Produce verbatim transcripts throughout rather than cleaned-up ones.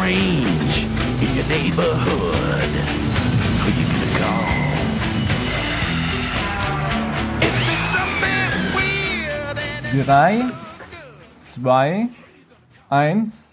strange in your neighborhood, who you gonna call? If there's something weird and Drei, zwei, eins.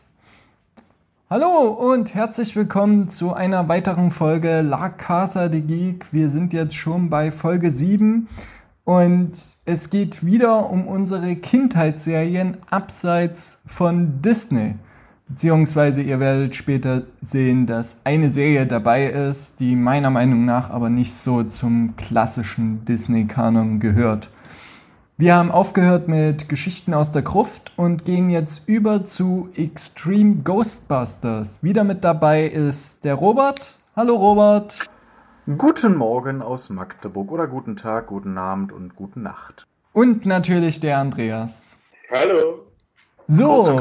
Hallo und herzlich willkommen zu einer weiteren Folge La Casa de Geek. Wir sind jetzt schon bei Folge sieben und es geht wieder um unsere Kindheitsserien abseits von Disney. Beziehungsweise ihr werdet später sehen, dass eine Serie dabei ist, die meiner Meinung nach aber nicht so zum klassischen Disney-Kanon gehört. Wir haben aufgehört mit Geschichten aus der Gruft und gehen jetzt über zu Extreme Ghostbusters. Wieder mit dabei ist der Robert. Hallo Robert. Guten Morgen aus Magdeburg oder guten Tag, guten Abend und gute Nacht. Und natürlich der Andreas. Hallo. So,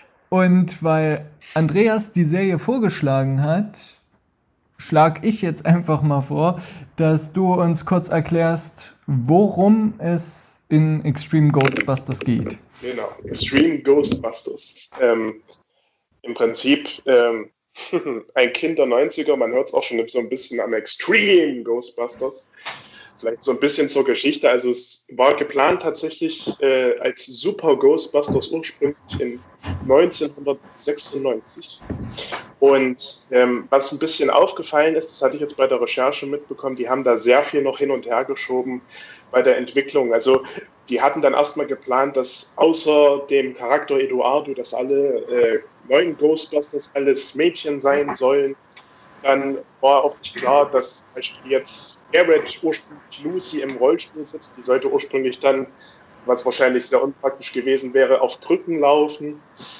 und weil Andreas die Serie vorgeschlagen hat, schlage ich jetzt einfach mal vor, dass du uns kurz erklärst, worum es in Extreme Ghostbusters geht. Genau, Extreme Ghostbusters. Ähm, Im Prinzip ähm, ein Kind der neunziger, man hört es auch schon so ein bisschen am Extreme Ghostbusters. Vielleicht so ein bisschen zur Geschichte. Also es war geplant tatsächlich äh, als Super Ghostbusters ursprünglich in neunzehnhundertsechsundneunzig. Und ähm, was ein bisschen aufgefallen ist, das hatte ich jetzt bei der Recherche mitbekommen, die haben da sehr viel noch hin und her geschoben bei der Entwicklung. Also die hatten dann erstmal geplant, dass außer dem Charakter Eduardo, dass alle äh, neuen Ghostbusters alles Mädchen sein sollen. Dann war auch nicht klar, dass jetzt Garrett ursprünglich Lucy im Rollstuhl sitzt. Die sollte ursprünglich dann, was wahrscheinlich sehr unpraktisch gewesen wäre, auf Krücken laufen.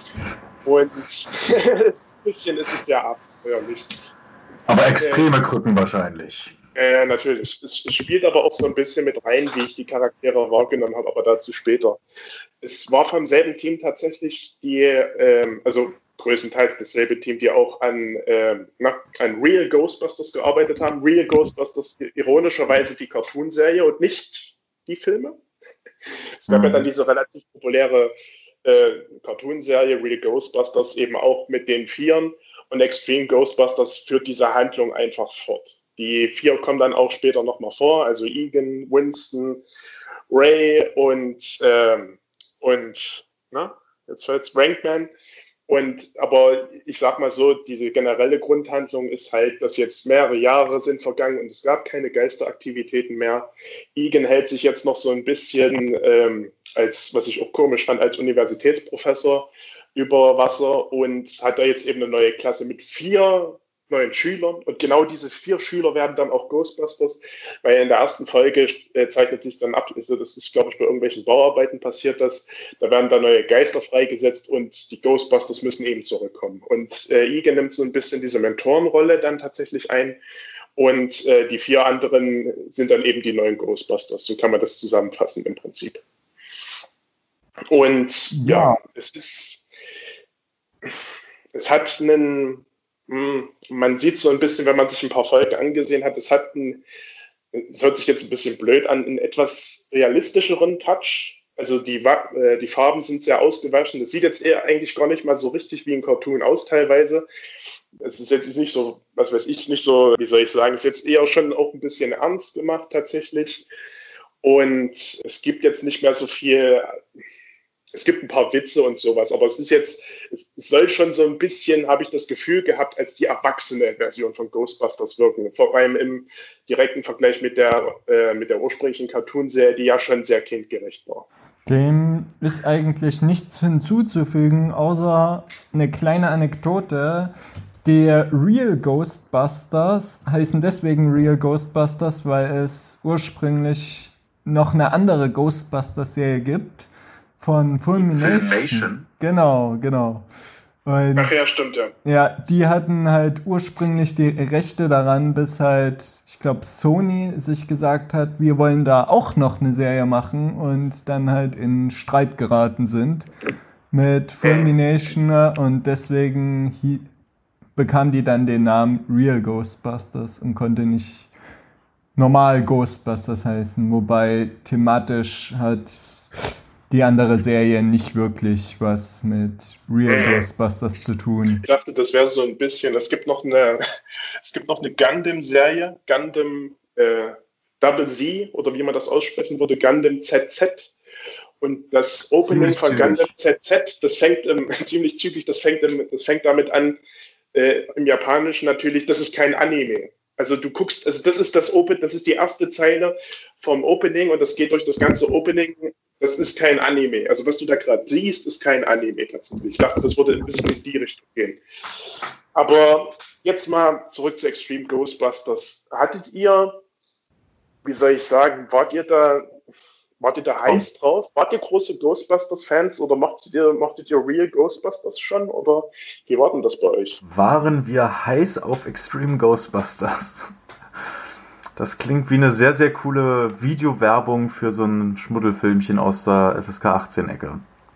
Und ein bisschen ist es sehr abenteuerlich. Aber extreme äh, Krücken wahrscheinlich. Ja, äh, natürlich. Es, es spielt aber auch so ein bisschen mit rein, wie ich die Charaktere wahrgenommen habe, aber dazu später. Es war vom selben Team tatsächlich die, ähm, also größtenteils dasselbe Team, die auch an, äh, na, an Real Ghostbusters gearbeitet haben. Real Ghostbusters, ironischerweise die Cartoonserie und nicht die Filme. Es gab mhm. ja dann diese relativ populäre äh, Cartoonserie Real Ghostbusters eben auch mit den Vieren und Extreme Ghostbusters führt diese Handlung einfach fort. Die vier kommen dann auch später nochmal vor, also Egan, Winston, Ray und, ähm, und na, jetzt fällt's Wankman. Und, aber ich sag mal so, diese generelle Grundhandlung ist halt, dass jetzt mehrere Jahre sind vergangen und es gab keine Geisteraktivitäten mehr. Egan hält sich jetzt noch so ein bisschen, ähm, als, was ich auch komisch fand, als Universitätsprofessor über Wasser und hat da jetzt eben eine neue Klasse mit vier neuen Schülern. Und genau diese vier Schüler werden dann auch Ghostbusters, weil in der ersten Folge äh, zeichnet sich dann ab, also das ist, glaube ich, bei irgendwelchen Bauarbeiten passiert das, da werden dann neue Geister freigesetzt und die Ghostbusters müssen eben zurückkommen. Und äh, Egan nimmt so ein bisschen diese Mentorenrolle dann tatsächlich ein und äh, die vier anderen sind dann eben die neuen Ghostbusters. So kann man das zusammenfassen im Prinzip. Und ja, ja es ist, es hat einen man sieht so ein bisschen, wenn man sich ein paar Folgen angesehen hat, es hat einen, es hört sich jetzt ein bisschen blöd an, einen etwas realistischeren Touch. Also die, die Farben sind sehr ausgewaschen. Das sieht jetzt eher eigentlich gar nicht mal so richtig wie ein Cartoon aus teilweise. Es ist jetzt nicht so, was weiß ich, nicht so, wie soll ich sagen, es ist jetzt eher schon auch ein bisschen ernst gemacht tatsächlich. Und es gibt jetzt nicht mehr so viel... Es gibt ein paar Witze und sowas, aber es ist jetzt, es soll schon so ein bisschen, habe ich das Gefühl gehabt, als die erwachsene Version von Ghostbusters wirken. Vor allem im direkten Vergleich mit der, äh, mit der ursprünglichen Cartoon-Serie, die ja schon sehr kindgerecht war. Dem ist eigentlich nichts hinzuzufügen, außer eine kleine Anekdote. Die Real Ghostbusters heißen deswegen Real Ghostbusters, weil es ursprünglich noch eine andere Ghostbusters-Serie gibt. Von Fulmination. Fulmination. Genau, genau. Und ach ja, stimmt, ja. Ja, die hatten halt ursprünglich die Rechte daran, bis halt, ich glaube, Sony sich gesagt hat, wir wollen da auch noch eine Serie machen und dann halt in Streit geraten sind mit Fulmination und deswegen hi- bekam die dann den Namen Real Ghostbusters und konnte nicht normal Ghostbusters heißen, wobei thematisch halt die andere Serie nicht wirklich was mit Real Ghostbusters zu tun. Ich dachte, das wäre so ein bisschen, es gibt noch eine, es gibt noch eine Gundam-Serie, Gundam äh, Double Z, oder wie man das aussprechen würde, Gundam Z Z. Und das Opening ziemlich von zügig. Gundam Z Z, das fängt ähm, ziemlich zügig, das fängt, ähm, das fängt damit an, äh, im Japanischen natürlich, das ist kein Anime. Also du guckst, also das ist das Open, das ist die erste Zeile vom Opening und das geht durch das ganze Opening. Das ist kein Anime. Also was du da gerade siehst, ist kein Anime tatsächlich. Ich dachte, das würde ein bisschen in die Richtung gehen. Aber jetzt mal zurück zu Extreme Ghostbusters. Hattet ihr, wie soll ich sagen, wart ihr da, wart ihr da heiß drauf? Wart ihr große Ghostbusters-Fans oder machtet ihr, machtet ihr Real Ghostbusters schon? Oder wie war denn das bei euch? Waren wir heiß auf Extreme Ghostbusters? Das klingt wie eine sehr, sehr coole Videowerbung für so ein Schmuddelfilmchen aus der F S K achtzehn-Ecke.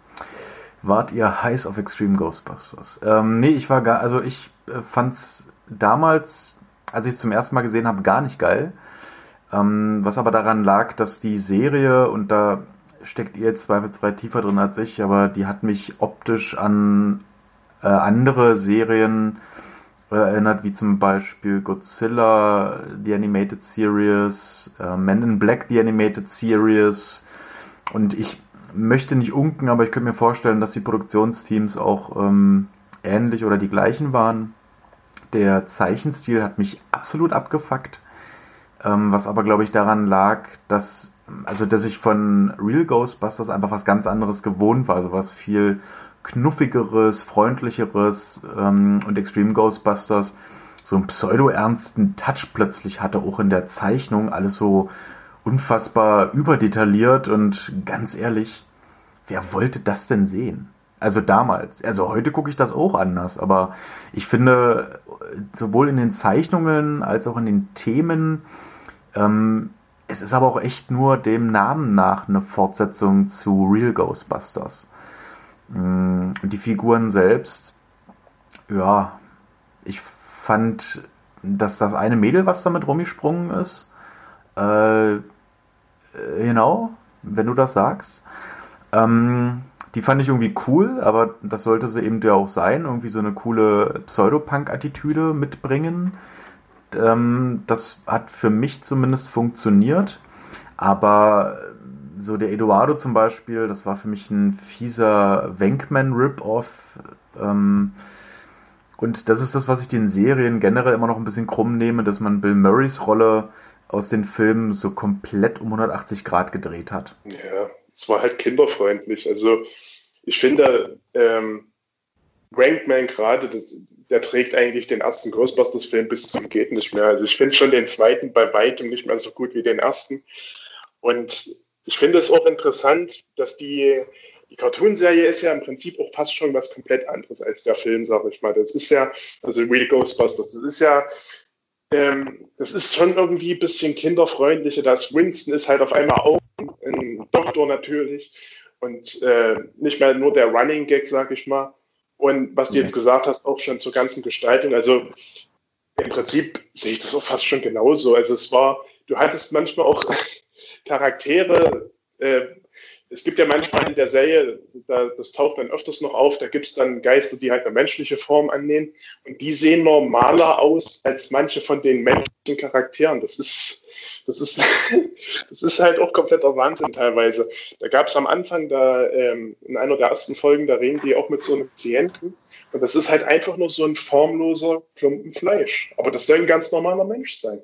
Wart ihr heiß auf Extreme Ghostbusters? Ähm, nee, ich war gar, also ich äh, fand's damals, als ich es zum ersten Mal gesehen habe, gar nicht geil. Ähm, was aber daran lag, dass die Serie, und da steckt ihr jetzt zweifelsfrei tiefer drin als ich, aber die hat mich optisch an äh, andere Serien erinnert, wie zum Beispiel Godzilla, The Animated Series, äh, Men in Black, The Animated Series. Und ich möchte nicht unken, aber ich könnte mir vorstellen, dass die Produktionsteams auch ähm, ähnlich oder die gleichen waren. Der Zeichenstil hat mich absolut abgefuckt, ähm, was aber, glaube ich, daran lag, dass, also, dass ich von Real Ghostbusters einfach was ganz anderes gewohnt war, also was viel knuffigeres, freundlicheres ähm, und Extreme Ghostbusters so einen pseudo-ernsten Touch plötzlich hatte, auch in der Zeichnung, alles so unfassbar überdetailliert und ganz ehrlich, wer wollte das denn sehen? Also damals, also heute gucke ich das auch anders, aber ich finde, sowohl in den Zeichnungen als auch in den Themen, ähm, es ist aber auch echt nur dem Namen nach eine Fortsetzung zu Real Ghostbusters. Und die Figuren selbst, ja, ich fand, dass das eine Mädel, was damit rumgesprungen ist, äh, genau, wenn du das sagst, ähm, die fand ich irgendwie cool, aber das sollte sie eben ja auch sein, irgendwie so eine coole Pseudopunk-Attitüde mitbringen. Ähm, das hat für mich zumindest funktioniert, aber so der Eduardo zum Beispiel, das war für mich ein fieser Venkman-Rip-Off. Ähm, und das ist das, was ich den Serien generell immer noch ein bisschen krumm nehme, dass man Bill Murrays Rolle aus den Filmen so komplett um hundertachtzig Grad gedreht hat. Ja, es war halt kinderfreundlich. Also ich finde, ähm, Venkman gerade, das, der trägt eigentlich den ersten Ghostbusters-Film bis zum geht nicht mehr. Also ich finde schon den zweiten bei weitem nicht mehr so gut wie den ersten. Und ich finde es auch interessant, dass die, die Cartoon-Serie ist ja im Prinzip auch fast schon was komplett anderes als der Film, sage ich mal. Das ist ja, also Real Ghostbusters, das ist ja, ähm, das ist schon irgendwie ein bisschen kinderfreundlicher. Das Winston ist halt auf einmal auch ein Doktor natürlich und äh, nicht mehr nur der Running Gag, sage ich mal. Und was du jetzt gesagt hast, auch schon zur ganzen Gestaltung, also im Prinzip sehe ich das auch fast schon genauso. Also es war, du hattest manchmal auch Charaktere, äh, es gibt ja manchmal in der Serie, da, das taucht dann öfters noch auf, da gibt es dann Geister, die halt eine menschliche Form annehmen und die sehen normaler aus als manche von den menschlichen Charakteren. Das ist, das ist, das ist halt auch kompletter Wahnsinn teilweise. Da gab es am Anfang, da ähm, in einer der ersten Folgen, da reden die auch mit so einem Klienten und das ist halt einfach nur so ein formloser Klumpen Fleisch. Aber das soll ein ganz normaler Mensch sein.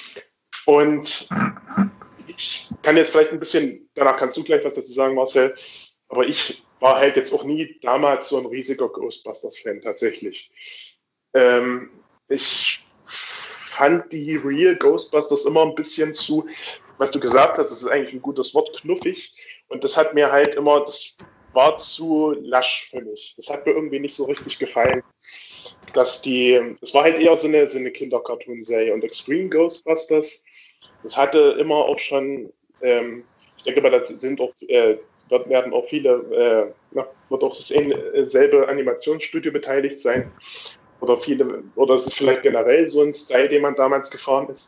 Und ich kann jetzt vielleicht ein bisschen, danach kannst du gleich was dazu sagen, Marcel, aber ich war halt jetzt auch nie damals so ein riesiger Ghostbusters-Fan tatsächlich. Ähm, ich fand die Real Ghostbusters immer ein bisschen zu, was du gesagt hast, das ist eigentlich ein gutes Wort, knuffig, und das hat mir halt immer, das war zu lasch für mich. Das hat mir irgendwie nicht so richtig gefallen, dass die, das war halt eher so eine, so eine Kinder-Cartoon-Serie, und Extreme Ghostbusters, das hatte immer auch schon, ähm, ich denke mal, da sind auch, äh, dort werden auch viele, äh, na, wird auch dasselbe Animationsstudio beteiligt sein. Oder viele, oder es ist vielleicht generell so ein Style, den man damals gefahren ist.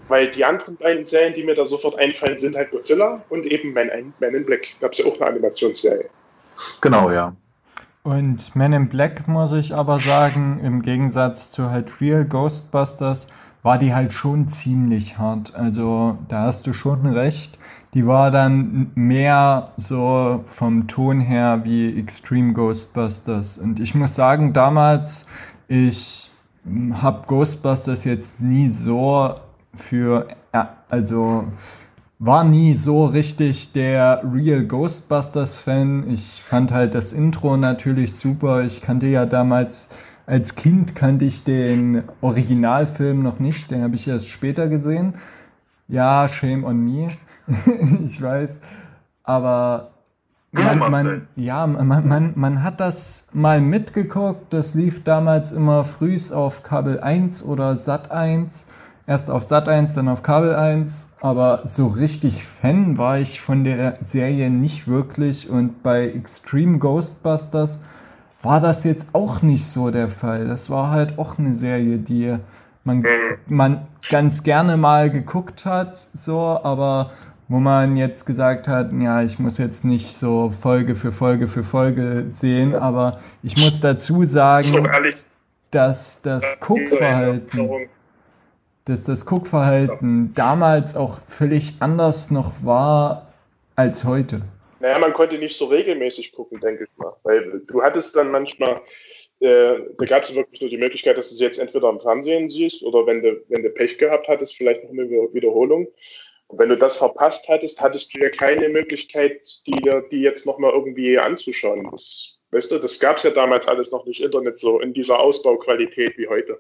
Weil die anderen beiden Serien, die mir da sofort einfallen, sind halt Godzilla und eben Man, Man in Black. Gab es ja auch eine Animationsserie. Genau, ja. Und Men in Black, muss ich aber sagen, im Gegensatz zu halt Real Ghostbusters, war die halt schon ziemlich hart. Also da hast du schon recht. Die war dann mehr so vom Ton her wie Extreme Ghostbusters. Und ich muss sagen, damals, ich habe Ghostbusters jetzt nie so für, also war nie so richtig der Real Ghostbusters-Fan. Ich fand halt das Intro natürlich super. Ich kannte ja damals, als Kind kannte ich den Originalfilm noch nicht. Den habe ich erst später gesehen. Ja, shame on me. Ich weiß. Aber man, man, ja, man, man, man hat das mal mitgeguckt. Das lief damals immer frühs auf Kabel eins oder Sat eins. Erst auf Sat eins, dann auf Kabel eins. Aber so richtig Fan war ich von der Serie nicht wirklich. Und bei Extreme Ghostbusters war das jetzt auch nicht so der Fall. Das war halt auch eine Serie, die man, man ganz gerne mal geguckt hat, so, aber wo man jetzt gesagt hat, ja, ich muss jetzt nicht so Folge für Folge für Folge sehen, aber ich muss dazu sagen, dass das Guckverhalten, dass das Guckverhalten damals auch völlig anders noch war als heute. Naja, man konnte nicht so regelmäßig gucken, denke ich mal. Weil du hattest dann manchmal, äh, da gab es wirklich nur die Möglichkeit, dass du sie jetzt entweder im Fernsehen siehst oder wenn du, wenn du Pech gehabt hattest, vielleicht noch eine Wiederholung. Und wenn du das verpasst hattest, hattest du ja keine Möglichkeit, die, die jetzt nochmal irgendwie anzuschauen. Das, weißt du, das gab es ja damals alles noch nicht, Internet so in dieser Ausbauqualität wie heute.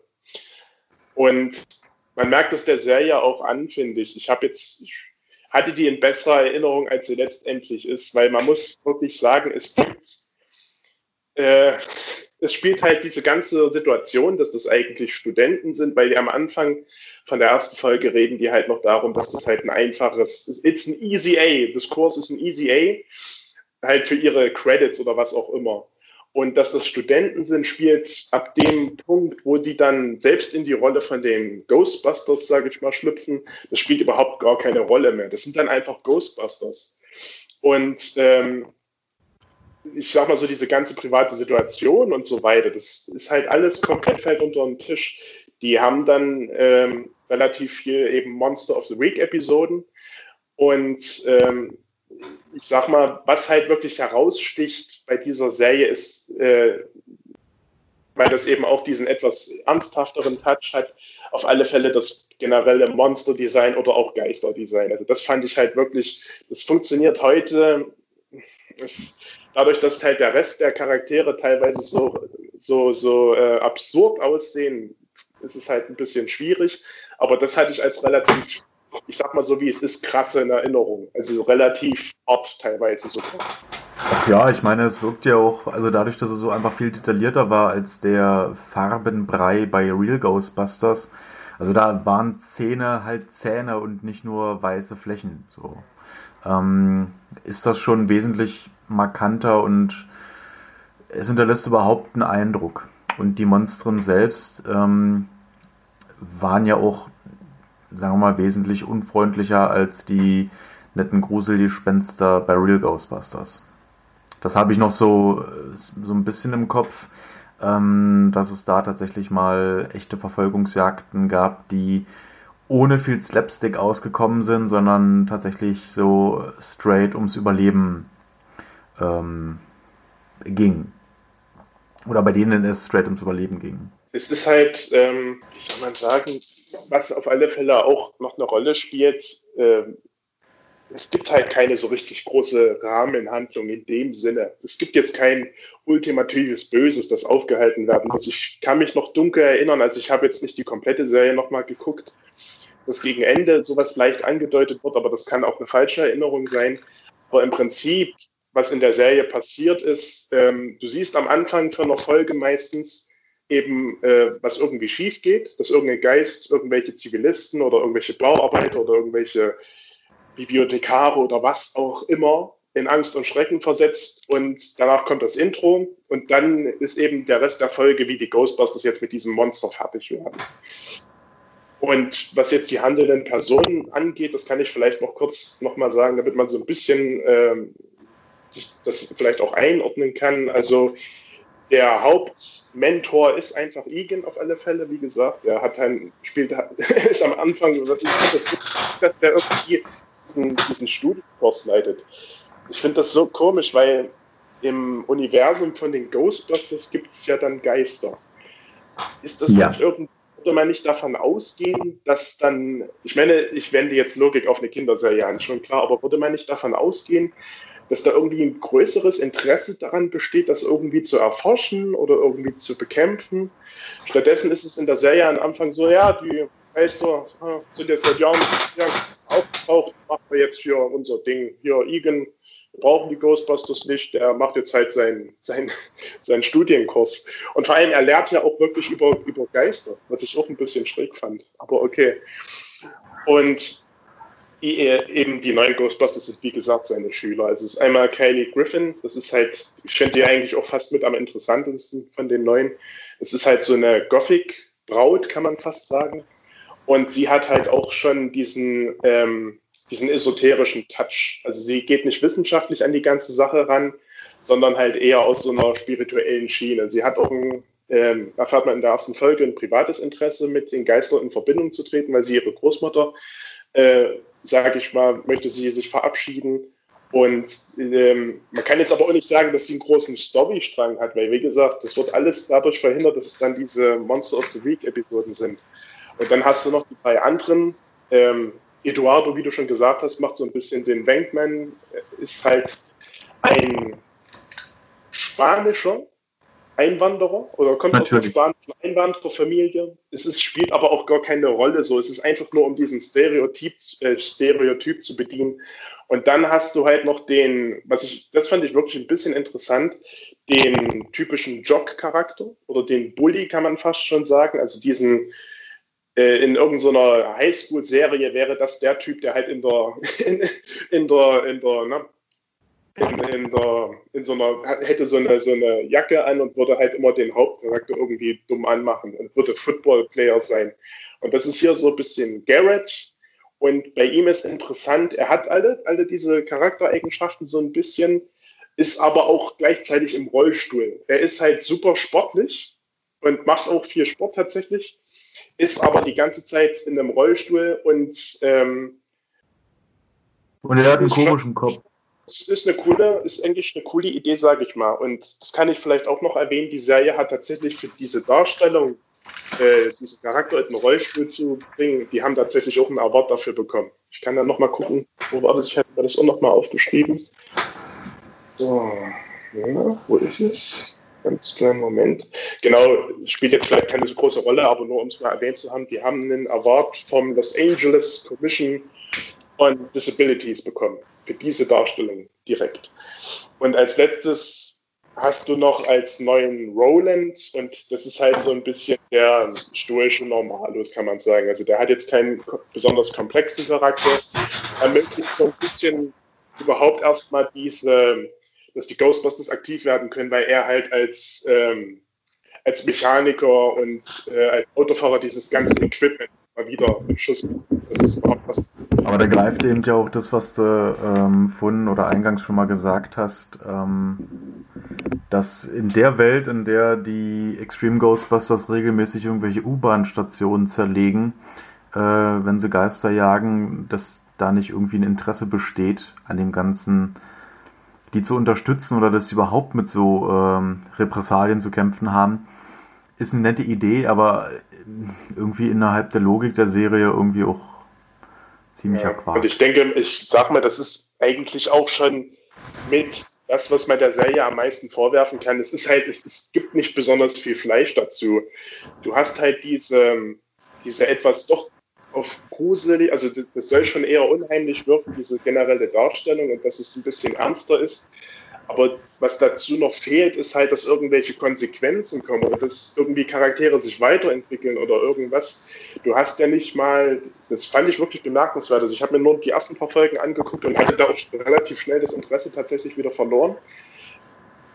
Und man merkt es der Serie auch an, finde ich. Ich habe jetzt, ich hatte die in besserer Erinnerung, als sie letztendlich ist, weil man muss wirklich sagen, es gibt, äh, es spielt halt diese ganze Situation, dass das eigentlich Studenten sind, weil die am Anfang von der ersten Folge reden die halt noch darum, dass das halt ein einfaches, it's an easy A, das Kurs ist ein easy A, halt für ihre Credits oder was auch immer. Und dass das Studenten sind, spielt ab dem Punkt, wo sie dann selbst in die Rolle von den Ghostbusters, sage ich mal, schlüpfen, das spielt überhaupt gar keine Rolle mehr. Das sind dann einfach Ghostbusters. Und ähm, ich sag mal so, diese ganze private Situation und so weiter, das ist halt alles komplett fällt unter den Tisch. Die haben dann ähm, relativ viel eben Monster of the Week Episoden und ähm, ich sag mal, was halt wirklich heraussticht bei dieser Serie ist, äh, weil das eben auch diesen etwas ernsthafteren Touch hat, auf alle Fälle das generelle Monster-Design oder auch Geister-Design. Also das fand ich halt wirklich, das funktioniert heute, das, dadurch, dass halt der Rest der Charaktere teilweise so, so, so äh, absurd aussehen, ist es halt ein bisschen schwierig, aber das hatte ich als relativ, ich sag mal so wie es ist, krasse in Erinnerung. Also so relativ hart teilweise sogar. Ja, ich meine, es wirkt ja auch, also dadurch, dass es so einfach viel detaillierter war als der Farbenbrei bei Real Ghostbusters. Also da waren Zähne halt Zähne und nicht nur weiße Flächen. So ähm, ist das schon wesentlich markanter und es hinterlässt überhaupt einen Eindruck. Und die Monstren selbst ähm, waren ja auch, sagen wir mal, wesentlich unfreundlicher als die netten Gruselgespenster bei Real Ghostbusters. Das habe ich noch so, so ein bisschen im Kopf, ähm, dass es da tatsächlich mal echte Verfolgungsjagden gab, die ohne viel Slapstick ausgekommen sind, sondern tatsächlich so straight ums Überleben ähm, ging. Oder bei denen es straight ums Überleben ging. Es ist halt, ähm, wie soll man sagen, was auf alle Fälle auch noch eine Rolle spielt, äh, es gibt halt keine so richtig große Rahmenhandlung in dem Sinne. Es gibt jetzt kein ultimatives Böses, das aufgehalten werden muss. Ich kann mich noch dunkel erinnern, also ich habe jetzt nicht die komplette Serie nochmal geguckt, dass gegen Ende sowas leicht angedeutet wird, aber das kann auch eine falsche Erinnerung sein. Aber im Prinzip, was in der Serie passiert ist, ähm, du siehst am Anfang von einer Folge meistens eben, äh, was irgendwie schief geht, dass irgendein Geist irgendwelche Zivilisten oder irgendwelche Bauarbeiter oder irgendwelche Bibliothekare oder was auch immer in Angst und Schrecken versetzt und danach kommt das Intro und dann ist eben der Rest der Folge, wie die Ghostbusters jetzt mit diesem Monster fertig werden. Und was jetzt die handelnden Personen angeht, das kann ich vielleicht noch kurz nochmal sagen, damit man so ein bisschen ähm, sich das vielleicht auch einordnen kann. Also der Hauptmentor ist einfach Egan auf alle Fälle, wie gesagt. Der hat ein, spielt, ist am Anfang, ich finde das so, dass der irgendwie diesen, diesen Studienkurs leitet. Ich finde das so komisch, weil im Universum von den Ghostbusters gibt es ja dann Geister. Ist das ja. nicht irgendwie, würde man nicht davon ausgehen, dass dann, ich meine, ich wende jetzt Logik auf eine Kinderserie an, schon klar, aber würde man nicht davon ausgehen, dass da irgendwie ein größeres Interesse daran besteht, das irgendwie zu erforschen oder irgendwie zu bekämpfen. Stattdessen ist es in der Serie am Anfang so, ja, die Geister sind jetzt seit Jahren aufgetaucht, machen wir jetzt hier unser Ding. Hier, Egan, wir brauchen die Ghostbusters nicht, der macht jetzt halt seinen sein, sein Studienkurs. Und vor allem, er lernt ja auch wirklich über, über Geister, was ich auch ein bisschen schräg fand. Aber okay. Und eben die neuen Ghostbusters sind, wie gesagt, seine Schüler. Also es ist einmal Kylie Griffin, das ist halt, ich finde die eigentlich auch fast mit am interessantesten von den neuen. Es ist halt so eine Gothic-Braut, kann man fast sagen. Und sie hat halt auch schon diesen, ähm, diesen esoterischen Touch. Also sie geht nicht wissenschaftlich an die ganze Sache ran, sondern halt eher aus so einer spirituellen Schiene. Sie hat auch ein, ähm, erfährt man in der ersten Folge, ein privates Interesse mit den Geistern in Verbindung zu treten, weil sie ihre Großmutter äh, sage ich mal, möchte sie sich verabschieden. Und ähm, man kann jetzt aber auch nicht sagen, dass sie einen großen Storystrang hat, weil, wie gesagt, das wird alles dadurch verhindert, dass es dann diese Monster of the Week-Episoden sind. Und dann hast du noch die drei anderen. Ähm, Eduardo, wie du schon gesagt hast, macht so ein bisschen den Wankman, ist halt ein spanischer Einwanderer oder kommt Natürlich. aus einer spanischen Einwandererfamilie. Es ist, spielt aber auch gar keine Rolle so. Es ist einfach nur, um diesen Stereotyp, äh, Stereotyp zu bedienen. Und dann hast du halt noch den, was ich, das fand ich wirklich ein bisschen interessant, den typischen Jock-Charakter oder den Bully, kann man fast schon sagen. Also diesen, äh, in irgendeiner Highschool-Serie wäre das der Typ, der halt in der, in, in der, in der, ne, In, in, der, in so einer, hätte so eine, so eine Jacke an und würde halt immer den Hauptcharakter irgendwie dumm anmachen und würde Football-Player sein. Und das ist hier so ein bisschen Garrett. Und bei ihm ist interessant, er hat alle, alle diese Charaktereigenschaften so ein bisschen, ist aber auch gleichzeitig im Rollstuhl. Er ist halt super sportlich und macht auch viel Sport tatsächlich, ist aber die ganze Zeit in einem Rollstuhl und ähm, und er hat einen komischen Kopf. Es ist eine coole, ist eigentlich eine coole Idee, sage ich mal. Und das kann ich vielleicht auch noch erwähnen. Die Serie hat tatsächlich für diese Darstellung, äh, diesen Charakter in den Rollstuhl zu bringen, die haben tatsächlich auch einen Award dafür bekommen. Ich kann dann noch mal gucken. Wo war das? Ich habe mir das auch noch mal aufgeschrieben. So, ja, wo ist es? Ganz kleinen Moment. Genau, spielt jetzt vielleicht keine so große Rolle, aber nur um es mal erwähnt zu haben, die haben einen Award vom Los Angeles Commission on Disabilities bekommen. Für diese Darstellung direkt. Und als letztes hast du noch als neuen Roland, und das ist halt so ein bisschen der stoische Normalos, kann man sagen. Also der hat jetzt keinen besonders komplexen Charakter. Er ermöglicht so ein bisschen überhaupt erstmal diese, dass die Ghostbusters aktiv werden können, weil er halt als, ähm, als Mechaniker und äh, als Autofahrer dieses ganze Equipment mal wieder im Schuss. Das ist überhaupt was. Aber da greift eben ja auch das, was du ähm, vorhin oder eingangs schon mal gesagt hast, ähm, dass in der Welt, in der die Extreme Ghostbusters regelmäßig irgendwelche U-Bahn-Stationen zerlegen, äh, wenn sie Geister jagen, dass da nicht irgendwie ein Interesse besteht an dem Ganzen, die zu unterstützen oder dass sie überhaupt mit so ähm, Repressalien zu kämpfen haben, ist eine nette Idee, aber irgendwie innerhalb der Logik der Serie irgendwie auch ziemlicher ja, Quark. Und ich denke, ich sag mal, das ist eigentlich auch schon mit das, was man der Serie am meisten vorwerfen kann. Es ist halt, es, es gibt nicht besonders viel Fleisch dazu. Du hast halt diese, diese etwas doch auf gruselig, also das, das soll schon eher unheimlich wirken, diese generelle Darstellung, und dass es ein bisschen ernster ist. Aber was dazu noch fehlt, ist halt, dass irgendwelche Konsequenzen kommen oder dass irgendwie Charaktere sich weiterentwickeln oder irgendwas. Du hast ja nicht mal, das fand ich wirklich bemerkenswert. Also ich habe mir nur die ersten paar Folgen angeguckt und hatte da auch relativ schnell das Interesse tatsächlich wieder verloren.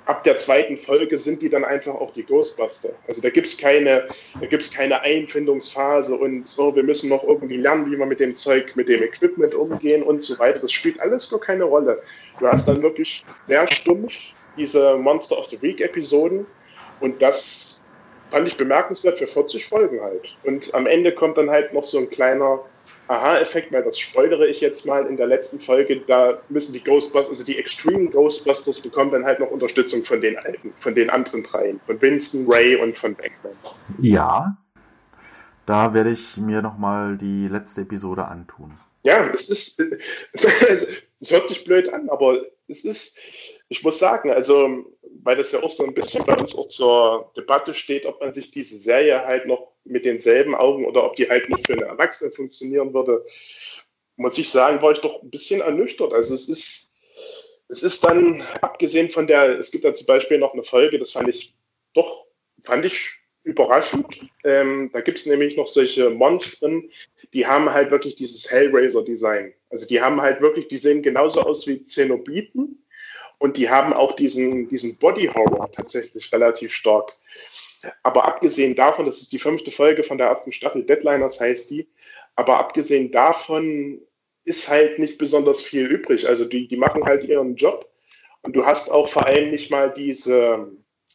ab der zweiten Folge sind die dann einfach auch die Ghostbuster. Also da gibt es keine, da gibt's keine Einfindungsphase und so, wir müssen noch irgendwie lernen, wie wir mit dem Zeug, mit dem Equipment umgehen und so weiter. Das spielt alles gar keine Rolle. Du hast dann wirklich sehr stumpf diese Monster of the Week Episoden und das fand ich bemerkenswert für vierzig Folgen halt. Und am Ende kommt dann halt noch so ein kleiner Aha-Effekt, weil das spoilere ich jetzt mal in der letzten Folge, da müssen die Ghostbusters, also die Extreme Ghostbusters bekommen dann halt noch Unterstützung von den alten, von den anderen dreien, von Winston, Ray und von Bankman. Ja, da werde ich mir nochmal die letzte Episode antun. Ja, es ist, es hört sich blöd an, aber es ist, ich muss sagen, also, weil das ja auch so ein bisschen bei uns auch zur Debatte steht, ob man sich diese Serie halt noch mit denselben Augen oder ob die halt noch für eine Erwachsene funktionieren würde, muss ich sagen, war ich doch ein bisschen ernüchtert. Also es ist, es ist dann, abgesehen von der, es gibt da zum Beispiel noch eine Folge, das fand ich doch, fand ich überraschend. Ähm, da gibt es nämlich noch solche Monstern, die haben halt wirklich dieses Hellraiser-Design. Also die haben halt wirklich, die sehen genauso aus wie Zenobiten und die haben auch diesen, diesen Body-Horror tatsächlich relativ stark. Aber abgesehen davon, das ist die fünfte Folge von der ersten Staffel, Deadliners heißt die, aber abgesehen davon ist halt nicht besonders viel übrig. Also die, die machen halt ihren Job und du hast auch vor allem nicht mal diese,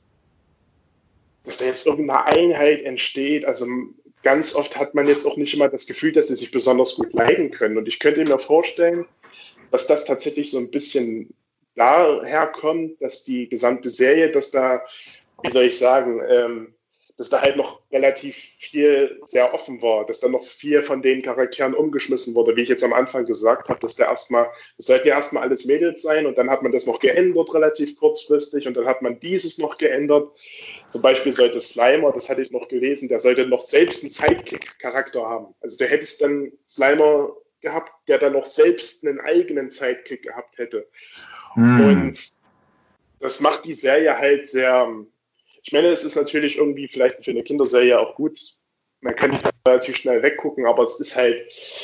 dass da jetzt irgendeine Einheit entsteht. Also ganz oft hat man jetzt auch nicht immer das Gefühl, dass sie sich besonders gut leiden können. Und ich könnte mir vorstellen, dass das tatsächlich so ein bisschen daher kommt, dass die gesamte Serie, dass da, wie soll ich sagen, ähm, dass da halt noch relativ viel sehr offen war, dass da noch viel von den Charakteren umgeschmissen wurde, wie ich jetzt am Anfang gesagt habe, dass der erstmal, das sollten ja erstmal alles Mädels sein und dann hat man das noch geändert relativ kurzfristig und dann hat man dieses noch geändert. Zum Beispiel sollte Slimer, das hatte ich noch gelesen, der sollte noch selbst einen Sidekick-Charakter haben. Also der hätte es dann Slimer gehabt, der dann noch selbst einen eigenen Sidekick gehabt hätte. Mm. Und das macht die Serie halt sehr, ich meine, es ist natürlich irgendwie vielleicht für eine Kinderserie auch gut. Man kann relativ schnell weggucken, aber es ist halt,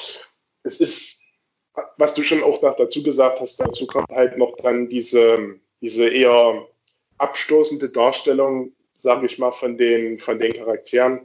es ist, was du schon auch dazu gesagt hast, dazu kommt halt noch dann diese, diese eher abstoßende Darstellung, sage ich mal, von den, von den Charakteren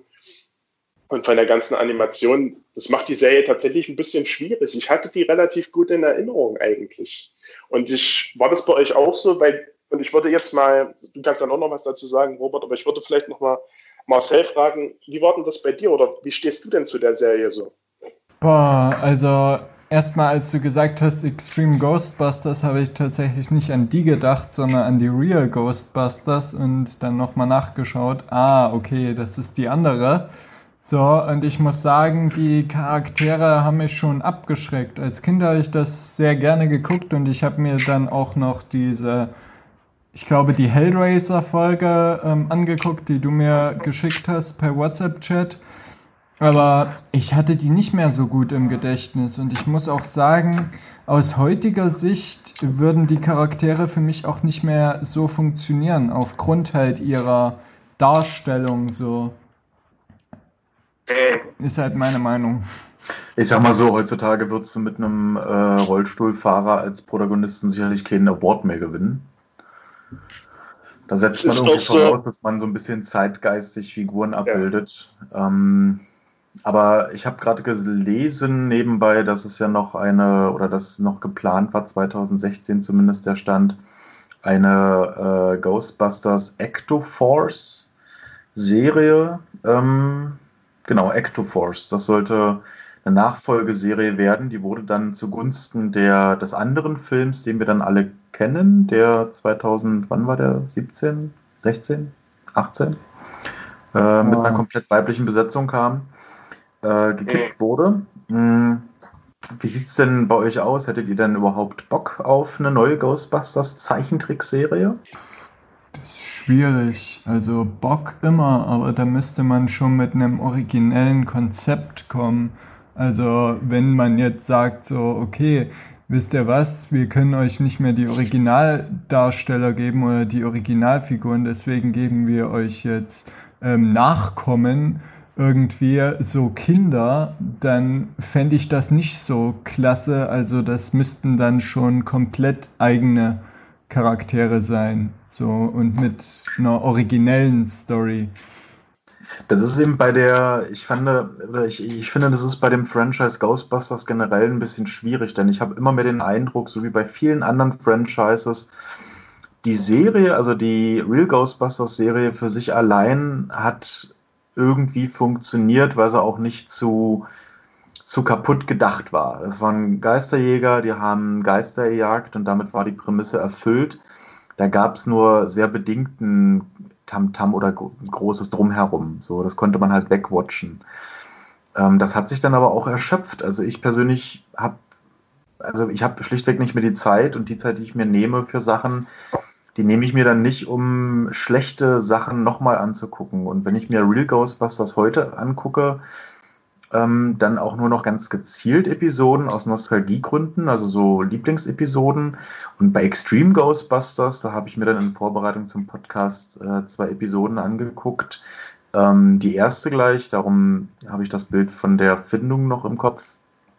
und von der ganzen Animation. Das macht die Serie tatsächlich ein bisschen schwierig. Ich hatte die relativ gut in Erinnerung eigentlich. Und ich, war das bei euch auch so? Weil, und ich würde jetzt mal, du kannst dann auch noch was dazu sagen, Robert, aber ich würde vielleicht noch mal Marcel fragen, wie war denn das bei dir oder wie stehst du denn zu der Serie so? Boah, also erstmal, als du gesagt hast, Extreme Ghostbusters, habe ich tatsächlich nicht an die gedacht, sondern an die Real Ghostbusters und dann nochmal nachgeschaut. Ah, okay, das ist die andere. So, und ich muss sagen, die Charaktere haben mich schon abgeschreckt. Als Kind habe ich das sehr gerne geguckt und ich habe mir dann auch noch diese, ich glaube, die Hellraiser-Folge ähm, angeguckt, die du mir geschickt hast per WhatsApp-Chat. Aber ich hatte die nicht mehr so gut im Gedächtnis und ich muss auch sagen, aus heutiger Sicht würden die Charaktere für mich auch nicht mehr so funktionieren, aufgrund halt ihrer Darstellung so. Ist halt meine Meinung. Ich sag mal so, heutzutage würdest du mit einem äh, Rollstuhlfahrer als Protagonisten sicherlich keinen Award mehr gewinnen. Da setzt man irgendwie voraus, dass man so ein bisschen zeitgeistig Figuren abbildet. Ja. Ähm, aber ich habe gerade gelesen nebenbei, dass es ja noch eine, oder dass noch geplant war, zwanzig sechzehn zumindest der Stand, eine äh, Ghostbusters Ecto-Force Serie. Ähm, genau, Ecto-Force. Das sollte eine Nachfolgeserie werden. Die wurde dann zugunsten der, des anderen Films, den wir dann alle kennen, der zweitausend, wann war der? siebzehn, sechzehn, achtzehn? Äh, oh. Mit einer komplett weiblichen Besetzung kam. Äh, gekippt wurde. Hm. Wie sieht's denn bei euch aus? Hättet ihr denn überhaupt Bock auf eine neue Ghostbusters Zeichentrickserie? Das ist schwierig. Also Bock immer, aber da müsste man schon mit einem originellen Konzept kommen. Also wenn man jetzt sagt so, okay, wisst ihr was, wir können euch nicht mehr die Originaldarsteller geben oder die Originalfiguren, deswegen geben wir euch jetzt ähm, Nachkommen, irgendwie so Kinder, dann fände ich das nicht so klasse. Also das müssten dann schon komplett eigene Charaktere sein. So, und mit einer originellen Story. Das ist eben bei der, ich fand, oder ich, ich finde, das ist bei dem Franchise Ghostbusters generell ein bisschen schwierig, denn ich habe immer mehr den Eindruck, so wie bei vielen anderen Franchises, die Serie, also die Real Ghostbusters Serie für sich allein hat irgendwie funktioniert, weil sie auch nicht zu, zu kaputt gedacht war. Das waren Geisterjäger, die haben Geister gejagt und damit war die Prämisse erfüllt. Da gab es nur sehr bedingten Tamtam oder gro- großes Drumherum. So, das konnte man halt wegwatchen. Ähm, das hat sich dann aber auch erschöpft. Also ich persönlich habe, also ich habe schlichtweg nicht mehr die Zeit und die Zeit, die ich mir nehme für Sachen, die nehme ich mir dann nicht, um schlechte Sachen nochmal anzugucken. Und wenn ich mir Real Ghostbusters heute angucke, ähm, dann auch nur noch ganz gezielt Episoden aus Nostalgiegründen, also so Lieblingsepisoden. Und bei Extreme Ghostbusters, da habe ich mir dann in Vorbereitung zum Podcast äh, zwei Episoden angeguckt. Ähm, die erste gleich, darum habe ich das Bild von der Findung noch im Kopf.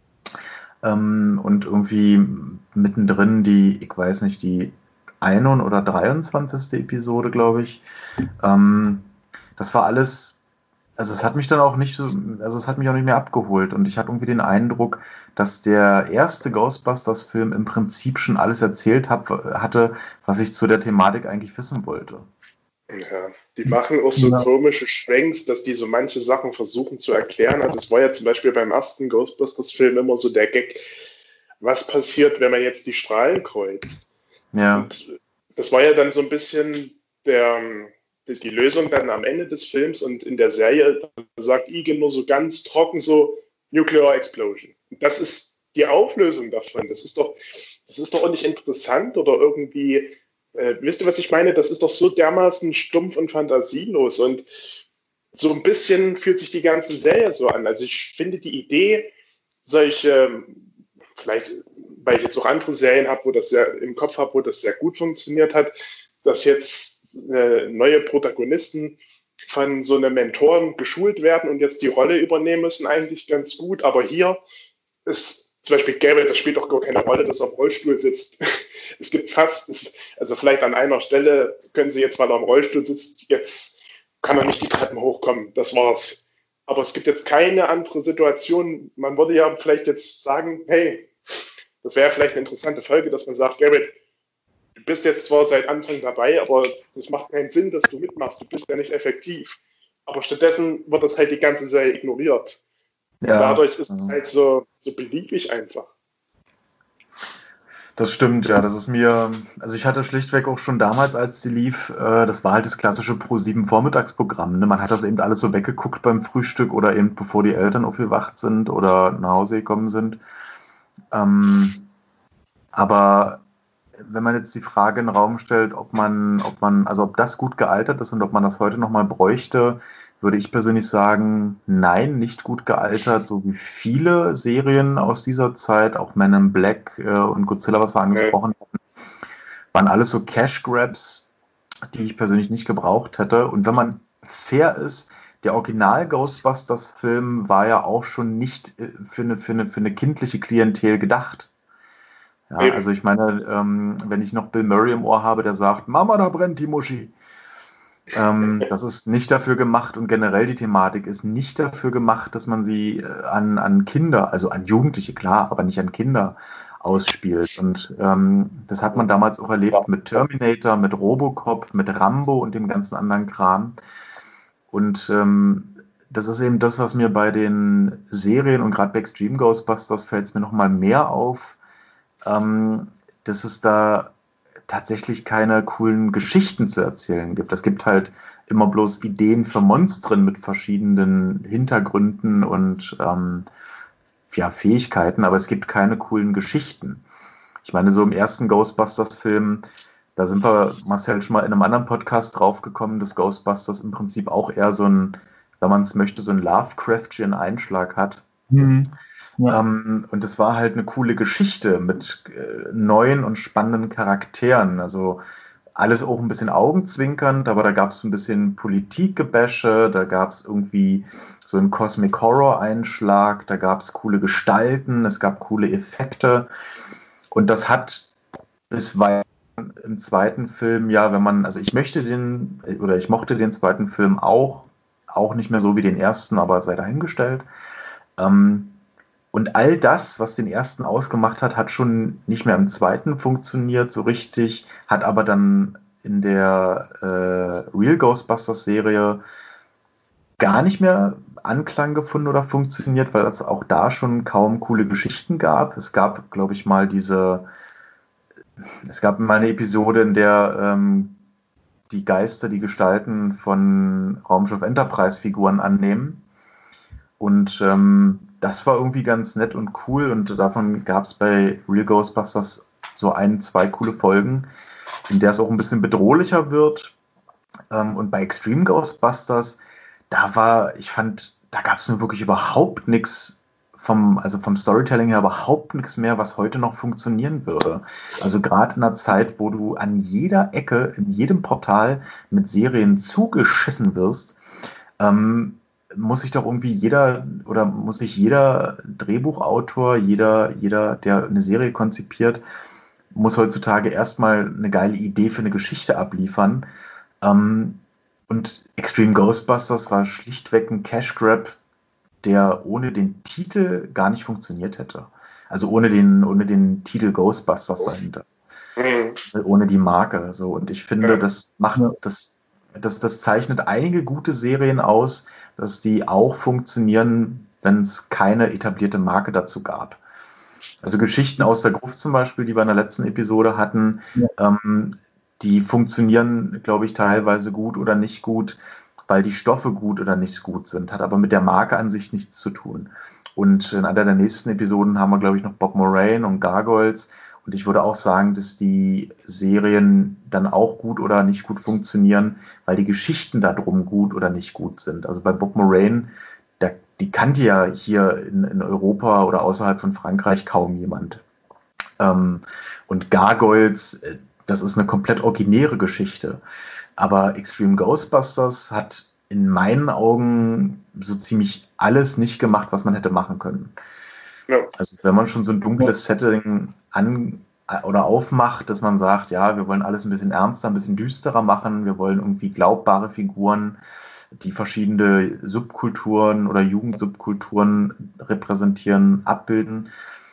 Ähm, und irgendwie mittendrin die, ich weiß nicht, die einundzwanzigste oder dreiundzwanzigste Episode, glaube ich. Ähm, das war alles. Also es hat mich dann auch nicht so, also es hat mich auch nicht mehr abgeholt und ich habe irgendwie den Eindruck, dass der erste Ghostbusters-Film im Prinzip schon alles erzählt hab, hatte, was ich zu der Thematik eigentlich wissen wollte. Ja, die machen auch so Ja. komische Schwenks, dass die so manche Sachen versuchen zu erklären. Also es war ja zum Beispiel beim ersten Ghostbusters-Film immer so der Gag, was passiert, wenn man jetzt die Strahlen kreuzt? Ja, Und das war ja dann so ein bisschen der, die Lösung dann am Ende des Films und in der Serie sagt Igen nur so ganz trocken so Nuclear Explosion. Und das ist die Auflösung davon. Das ist doch, das ist doch auch nicht interessant oder irgendwie, äh, wisst ihr, was ich meine? Das ist doch so dermaßen stumpf und fantasielos und so ein bisschen fühlt sich die ganze Serie so an. Also ich finde die Idee, solche, ähm, vielleicht, weil ich jetzt auch andere Serien habe, wo das sehr im Kopf habe, wo das sehr gut funktioniert hat, dass jetzt äh, neue Protagonisten von so einem Mentoren geschult werden und jetzt die Rolle übernehmen müssen, eigentlich ganz gut. Aber hier ist zum Beispiel Garrett, das spielt doch gar keine Rolle, dass er am Rollstuhl sitzt. Es gibt fast, es, also vielleicht an einer Stelle können sie jetzt, weil er am Rollstuhl sitzt, jetzt kann er nicht die Treppen hochkommen. Das war's. Aber es gibt jetzt keine andere Situation. Man würde ja vielleicht jetzt sagen, hey, das wäre vielleicht eine interessante Folge, dass man sagt, Garrett, du bist jetzt zwar seit Anfang dabei, aber das macht keinen Sinn, dass du mitmachst. Du bist ja nicht effektiv. Aber stattdessen wird das halt die ganze Serie ignoriert. Und ja, dadurch ist es halt so, so beliebig einfach. das stimmt, ja, das ist mir, also ich hatte schlichtweg auch schon damals, als sie lief, äh, das war halt das klassische Pro sieben Vormittagsprogramm, ne? Man hat das eben alles so weggeguckt beim Frühstück oder eben bevor die Eltern aufgewacht sind oder nach Hause gekommen sind. Ähm, aber wenn man jetzt die Frage in den Raum stellt, ob man, ob man, also ob das gut gealtert ist und ob man das heute nochmal bräuchte, würde ich persönlich sagen, nein, nicht gut gealtert, so wie viele Serien aus dieser Zeit, auch Men in Black äh, und Godzilla, was wir angesprochen haben, waren alles so Cash Grabs, die ich persönlich nicht gebraucht hätte. Und wenn man fair ist, der Original Ghostbusters Film war ja auch schon nicht äh, für eine, für eine, für eine kindliche Klientel gedacht. Ja, Eben. also ich meine, ähm, wenn ich noch Bill Murray im Ohr habe, der sagt, Mama, da brennt die Muschi. Ähm, das ist nicht dafür gemacht und generell die Thematik ist nicht dafür gemacht, dass man sie äh, an, an Kinder, also an Jugendliche, klar, aber nicht an Kinder ausspielt. Und ähm, das hat man damals auch erlebt mit Terminator, mit Robocop, mit Rambo und dem ganzen anderen Kram. Und ähm, das ist eben das, was mir bei den Serien und gerade bei Extreme Ghostbusters fällt es mir nochmal mehr auf, ähm, dass es da tatsächlich keine coolen Geschichten zu erzählen gibt. Es gibt halt immer bloß Ideen für Monstren mit verschiedenen Hintergründen und ähm, ja, Fähigkeiten, aber es gibt keine coolen Geschichten. Ich meine, so im ersten Ghostbusters-Film, da sind wir, Marcel, schon mal in einem anderen Podcast draufgekommen, dass Ghostbusters im Prinzip auch eher so ein, wenn man es möchte, so ein Lovecraftschen Einschlag hat. Mhm. Ja. Ähm, und es war halt eine coole Geschichte mit äh, neuen und spannenden Charakteren. Also alles auch ein bisschen augenzwinkernd, aber da gab es ein bisschen Politikgebäsche, da gab es irgendwie so einen Cosmic Horror-Einschlag, da gab es coole Gestalten, es gab coole Effekte. Und das hat bis weit im zweiten Film, ja, wenn man, also ich möchte den, oder ich mochte den zweiten Film auch, auch nicht mehr so wie den ersten, aber sei dahingestellt. Ähm, und all das, was den ersten ausgemacht hat, hat schon nicht mehr im zweiten funktioniert so richtig, hat aber dann in der äh, Real Ghostbusters Serie gar nicht mehr Anklang gefunden oder funktioniert, weil es auch da schon kaum coole Geschichten gab. Es gab, glaube ich, mal diese, es gab mal eine Episode, in der ähm, die Geister die Gestalten von Raumschiff Enterprise-Figuren annehmen. Und ähm, das war irgendwie ganz nett und cool. Und davon gab es bei Real Ghostbusters so ein, zwei coole Folgen, in der es auch ein bisschen bedrohlicher wird. Ähm, und bei Extreme Ghostbusters, da war, ich fand, da gab es nun wirklich überhaupt nichts vom, also vom Storytelling her überhaupt nichts mehr, was heute noch funktionieren würde. Also gerade in einer Zeit, wo du an jeder Ecke, in jedem Portal mit Serien zugeschissen wirst, ähm, muss sich doch irgendwie jeder oder muss sich jeder Drehbuchautor, jeder, jeder, der eine Serie konzipiert, muss heutzutage erstmal eine geile Idee für eine Geschichte abliefern. Ähm, und Extreme Ghostbusters war schlichtweg ein Cash Grab, der ohne den Titel gar nicht funktioniert hätte. Also ohne den, ohne den Titel Ghostbusters dahinter. Mhm. Ohne die Marke. So. Und ich finde, das macht das, das, das zeichnet einige gute Serien aus, dass die auch funktionieren, wenn es keine etablierte Marke dazu gab. Also Geschichten aus der Gruft zum Beispiel, die wir in der letzten Episode hatten, ja. ähm, die funktionieren, glaube ich, teilweise gut oder nicht gut, weil die Stoffe gut oder nicht gut sind, hat aber mit der Marke an sich nichts zu tun. Und in einer der nächsten Episoden haben wir, glaube ich, noch Bob Moraine und Gargoyles. Und ich würde auch sagen, dass die Serien dann auch gut oder nicht gut funktionieren, weil die Geschichten darum gut oder nicht gut sind. Also bei Bob Moraine, da, die kannte ja hier in, in Europa oder außerhalb von Frankreich kaum jemand. Ähm, und Gargoyles, das ist eine komplett originäre Geschichte. Aber Extreme Ghostbusters hat in meinen Augen so ziemlich alles nicht gemacht, was man hätte machen können. Ja. Also wenn man schon so ein dunkles Setting an oder aufmacht, dass man sagt, ja, wir wollen alles ein bisschen ernster, ein bisschen düsterer machen, wir wollen irgendwie glaubbare Figuren, die verschiedene Subkulturen oder Jugendsubkulturen repräsentieren, abbilden,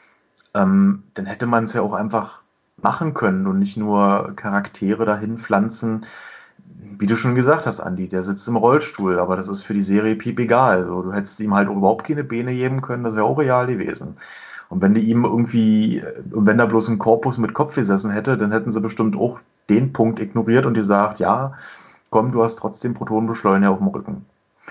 ähm, dann hätte man es ja auch einfach machen können und nicht nur Charaktere dahin pflanzen. Wie du schon gesagt hast, Andi, der sitzt im Rollstuhl, aber das ist für die Serie piep egal. Also, du hättest ihm halt überhaupt keine Beine geben können, das wäre auch real gewesen. Und wenn die ihm irgendwie, und wenn da bloß ein Korpus mit Kopf gesessen hätte, dann hätten sie bestimmt auch den Punkt ignoriert und gesagt, ja, komm, du hast trotzdem Protonenbeschleuniger auf dem Rücken.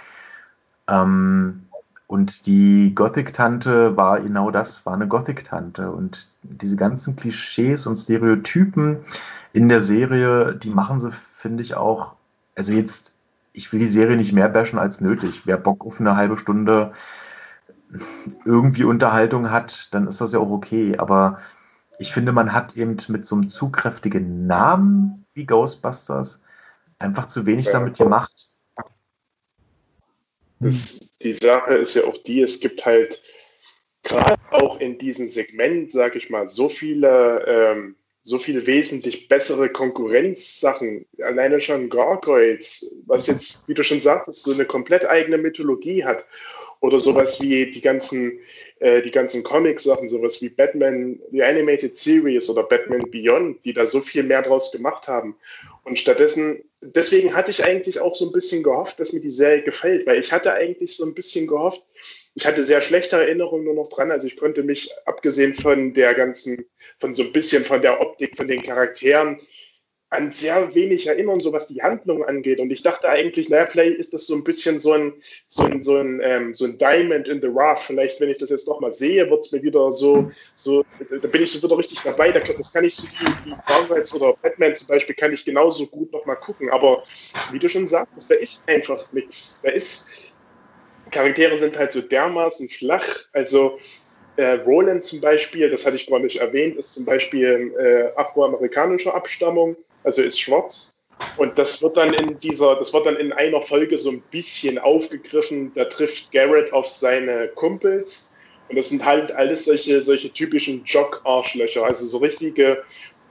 Ähm, und die Gothic-Tante war genau das, war eine Gothic-Tante. Und diese ganzen Klischees und Stereotypen in der Serie, die machen sie, finde ich auch, also jetzt, ich will die Serie nicht mehr bashen als nötig. Wer Bock auf eine halbe Stunde irgendwie Unterhaltung hat, dann ist das ja auch okay. Aber ich finde, man hat eben mit so einem zu kräftigen Namen wie Ghostbusters einfach zu wenig ja. damit gemacht. Das, die Sache ist ja auch die, es gibt halt gerade auch in diesem Segment, sag ich mal, so viele, ähm, so viele wesentlich bessere Konkurrenzsachen. Alleine schon Gargoyles, was jetzt, wie du schon sagtest, so eine komplett eigene Mythologie hat. Oder sowas wie die ganzen, äh, die ganzen Comic-Sachen, sowas wie Batman, die Animated Series oder Batman Beyond, die da so viel mehr draus gemacht haben. Und stattdessen, deswegen hatte ich eigentlich auch so ein bisschen gehofft, dass mir die Serie gefällt, weil ich hatte eigentlich so ein bisschen gehofft, ich hatte sehr schlechte Erinnerungen nur noch dran, also ich konnte mich, abgesehen von der ganzen, von so ein bisschen von der Optik, von den Charakteren, an sehr wenig erinnern, so was die Handlung angeht. Und ich dachte eigentlich, naja, vielleicht ist das so ein bisschen so ein, so ein, so ein, ähm, so ein Diamond in the Rough. Vielleicht, wenn ich das jetzt nochmal sehe, wird es mir wieder so, so, da bin ich so wieder richtig dabei. Das kann ich so wie, wie Gargoyles oder Batman zum Beispiel, kann ich genauso gut nochmal gucken. Aber wie du schon sagtest, da ist einfach nichts. Da ist, Charaktere sind halt so dermaßen flach. Also, Äh, Roland zum Beispiel, das hatte ich gar nicht erwähnt, ist zum Beispiel äh, afroamerikanischer Abstammung, also ist schwarz. Und das wird dann in dieser, das wird dann in einer Folge so ein bisschen aufgegriffen. Da trifft Garrett auf seine Kumpels. Und das sind halt alles solche, solche typischen Jock-Arschlöcher, also so richtige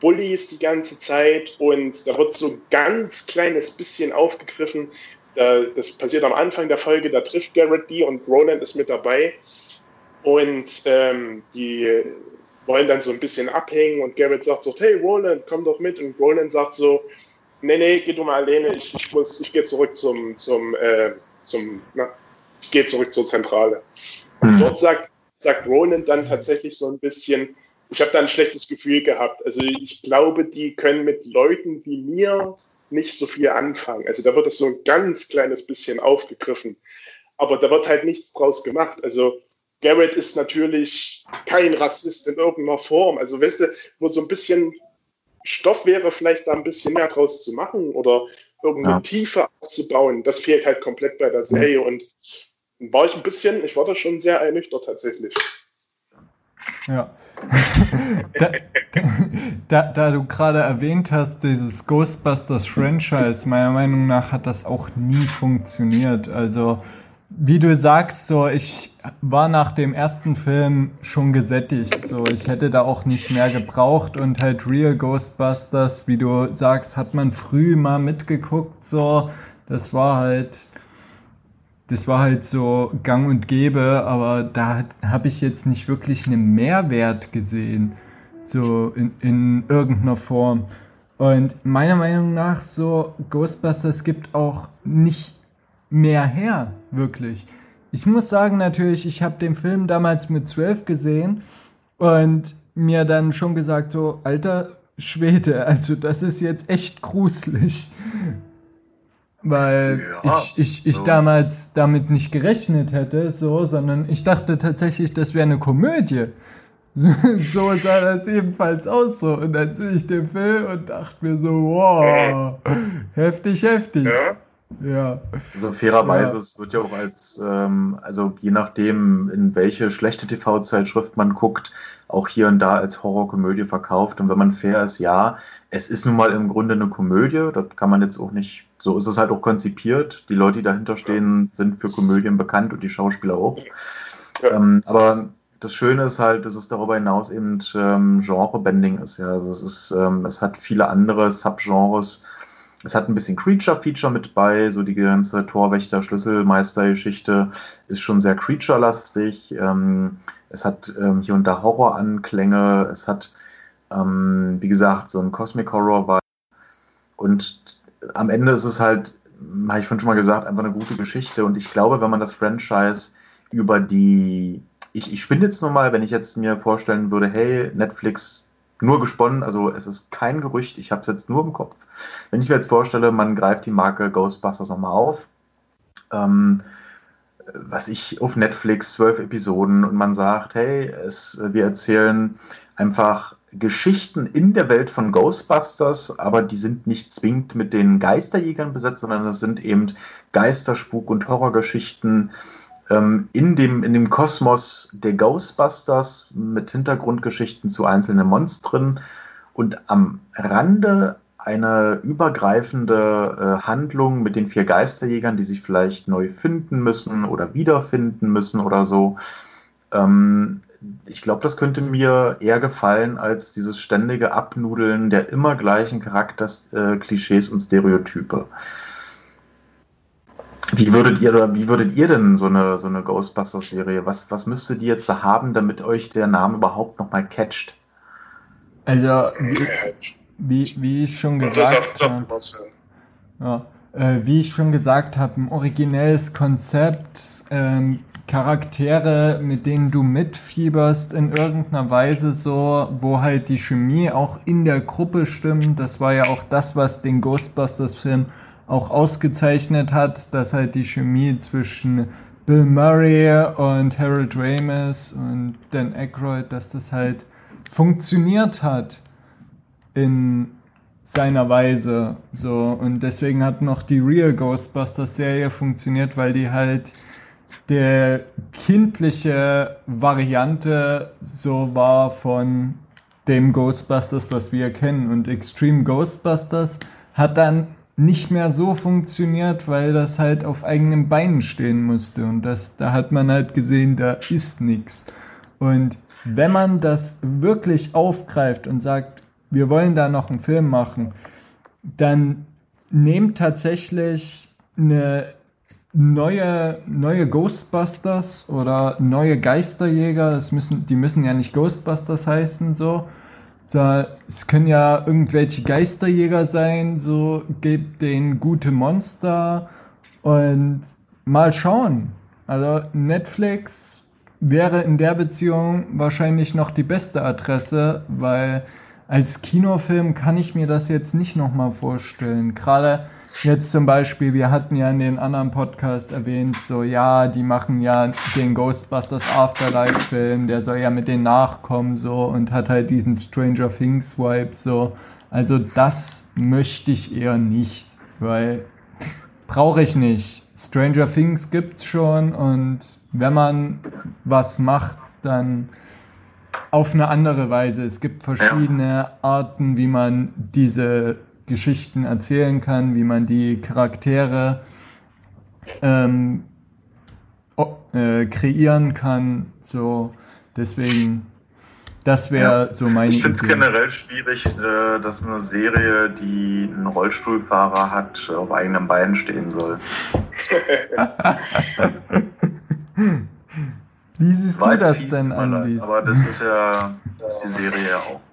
Bullies die ganze Zeit und da wird so ein ganz kleines bisschen aufgegriffen. Da, das passiert am Anfang der Folge, da trifft Garrett die und Roland ist mit dabei und ähm, die wollen dann so ein bisschen abhängen und Garrett sagt so, hey Roland, komm doch mit und Roland sagt so, nee, nee, geh du mal alleine, ich, ich muss, ich gehe zurück zum, zum, äh, zum, na, ich gehe zurück zur Zentrale. Und dort sagt, sagt Roland dann tatsächlich so ein bisschen, ich habe da ein schlechtes Gefühl gehabt. Also ich glaube, die können mit Leuten wie mir nicht so viel anfangen. Also da wird das so ein ganz kleines bisschen aufgegriffen. Aber da wird halt nichts draus gemacht. Also Garrett ist natürlich kein Rassist in irgendeiner Form. Also weißt du, wo so ein bisschen Stoff wäre, vielleicht da ein bisschen mehr draus zu machen oder irgendeine ja. Tiefe aufzubauen, das fehlt halt komplett bei der Serie. Und war ich ein bisschen, ich war da schon sehr ernüchtert tatsächlich. Ja. da, da, da du gerade erwähnt hast, dieses Ghostbusters-Franchise, meiner Meinung nach hat das auch nie funktioniert. Also, wie du sagst, so, ich war nach dem ersten Film schon gesättigt. So, ich hätte da auch nicht mehr gebraucht und halt Real Ghostbusters, wie du sagst, hat man früh mal mitgeguckt. So, das war halt. Das war halt so gang und gäbe, aber da habe ich jetzt nicht wirklich einen Mehrwert gesehen, so in, in irgendeiner Form. Und meiner Meinung nach so Ghostbusters gibt auch nicht mehr her, wirklich. Ich muss sagen natürlich, ich habe den Film damals mit zwölf gesehen und mir dann schon gesagt so, alter Schwede, also das ist jetzt echt gruselig. Weil ja, ich, ich, ich so. damals damit nicht gerechnet hätte, so, sondern ich dachte tatsächlich, das wäre eine Komödie. So sah das jedenfalls aus, so. Und dann sehe ich den Film und dachte mir so, wow, heftig, heftig. Ja. Ja. Also fairerweise, ja. Es wird ja auch als, ähm, also je nachdem, in welche schlechte T V-Zeitschrift man guckt, auch hier und da als Horrorkomödie verkauft. Und wenn man fair ist, ja, es ist nun mal im Grunde eine Komödie. Das kann man jetzt auch nicht, so ist es halt auch konzipiert. Die Leute, die dahinter stehen, sind für Komödien bekannt und die Schauspieler auch. Ja. Ähm, aber das Schöne ist halt, dass es darüber hinaus eben ähm, Genre-Bending ist. Ja. Also es ist, ähm, es hat viele andere Subgenres. Es hat ein bisschen Creature-Feature mit bei, so die ganze Torwächter-Schlüsselmeister-Geschichte ist schon sehr Creature-lastig. Ähm, es hat ähm, hier und da Horror-Anklänge. Es hat, ähm, wie gesagt, so ein Cosmic-Horror-Vibe. Und am Ende ist es halt, habe ich vorhin schon mal gesagt, einfach eine gute Geschichte. Und ich glaube, wenn man das Franchise über die... Ich, ich spinne jetzt nur mal, wenn ich jetzt mir vorstellen würde, hey, Netflix... Nur gesponnen, also es ist kein Gerücht, ich habe es jetzt nur im Kopf. Wenn ich mir jetzt vorstelle, man greift die Marke Ghostbusters nochmal auf, ähm, was ich auf Netflix, zwölf Episoden und man sagt, hey, es, wir erzählen einfach Geschichten in der Welt von Ghostbusters, aber die sind nicht zwingend mit den Geisterjägern besetzt, sondern es sind eben Geister-, Spuk- und Horrorgeschichten, in dem, in dem Kosmos der Ghostbusters mit Hintergrundgeschichten zu einzelnen Monstern und am Rande eine übergreifende äh, Handlung mit den vier Geisterjägern, die sich vielleicht neu finden müssen oder wiederfinden müssen oder so. Ähm, ich glaube, das könnte mir eher gefallen als dieses ständige Abnudeln der immer gleichen Charakters, äh, Klischees und Stereotype. Wie würdet ihr oder wie würdet ihr denn so eine, so eine Ghostbusters-Serie, was, was müsstet ihr jetzt da haben, damit euch der Name überhaupt nochmal catcht? Also, wie, wie, wie ich schon gesagt habe, ja, äh, wie ich schon gesagt habe, ein originelles Konzept, ähm, Charaktere, mit denen du mitfieberst in irgendeiner Weise so, wo halt die Chemie auch in der Gruppe stimmt. Das war ja auch das, was den Ghostbusters-Film auch ausgezeichnet hat, dass halt die Chemie zwischen Bill Murray und Harold Ramis und Dan Aykroyd, dass das halt funktioniert hat in seiner Weise. So, und deswegen hat noch die Real Ghostbusters Serie funktioniert, weil die halt der kindliche Variante so war von dem Ghostbusters, was wir kennen. Und Extreme Ghostbusters hat dann nicht mehr so funktioniert, weil das halt auf eigenen Beinen stehen musste und das, da hat man halt gesehen, da ist nichts. Und wenn man das wirklich aufgreift und sagt, wir wollen da noch einen Film machen, dann nehmt tatsächlich eine neue, neue Ghostbusters oder neue Geisterjäger. Das müssen, die müssen ja nicht Ghostbusters heißen, so. so. Es können ja irgendwelche Geisterjäger sein, so, gebt denen gute Monster und mal schauen. Also Netflix wäre in der Beziehung wahrscheinlich noch die beste Adresse, weil als Kinofilm kann ich mir das jetzt nicht nochmal vorstellen. Gerade jetzt zum Beispiel, wir hatten ja in den anderen Podcast erwähnt, so ja, die machen ja den Ghostbusters Afterlife-Film, der soll ja mit denen nachkommen, so, und hat halt diesen Stranger Things-Vibe, so. Also das möchte ich eher nicht, weil brauche ich nicht. Stranger Things gibt's schon und wenn man was macht, dann auf eine andere Weise. Es gibt verschiedene Arten, wie man diese Geschichten erzählen kann, wie man die Charaktere ähm, äh, kreieren kann. So, deswegen, das wäre ja so meine Idee. Ich finde es generell schwierig, äh, dass eine Serie, die einen Rollstuhlfahrer hat, auf eigenen Beinen stehen soll. Wie siehst du das denn, Andi? Aber das ist ja das ist die Serie ja auch.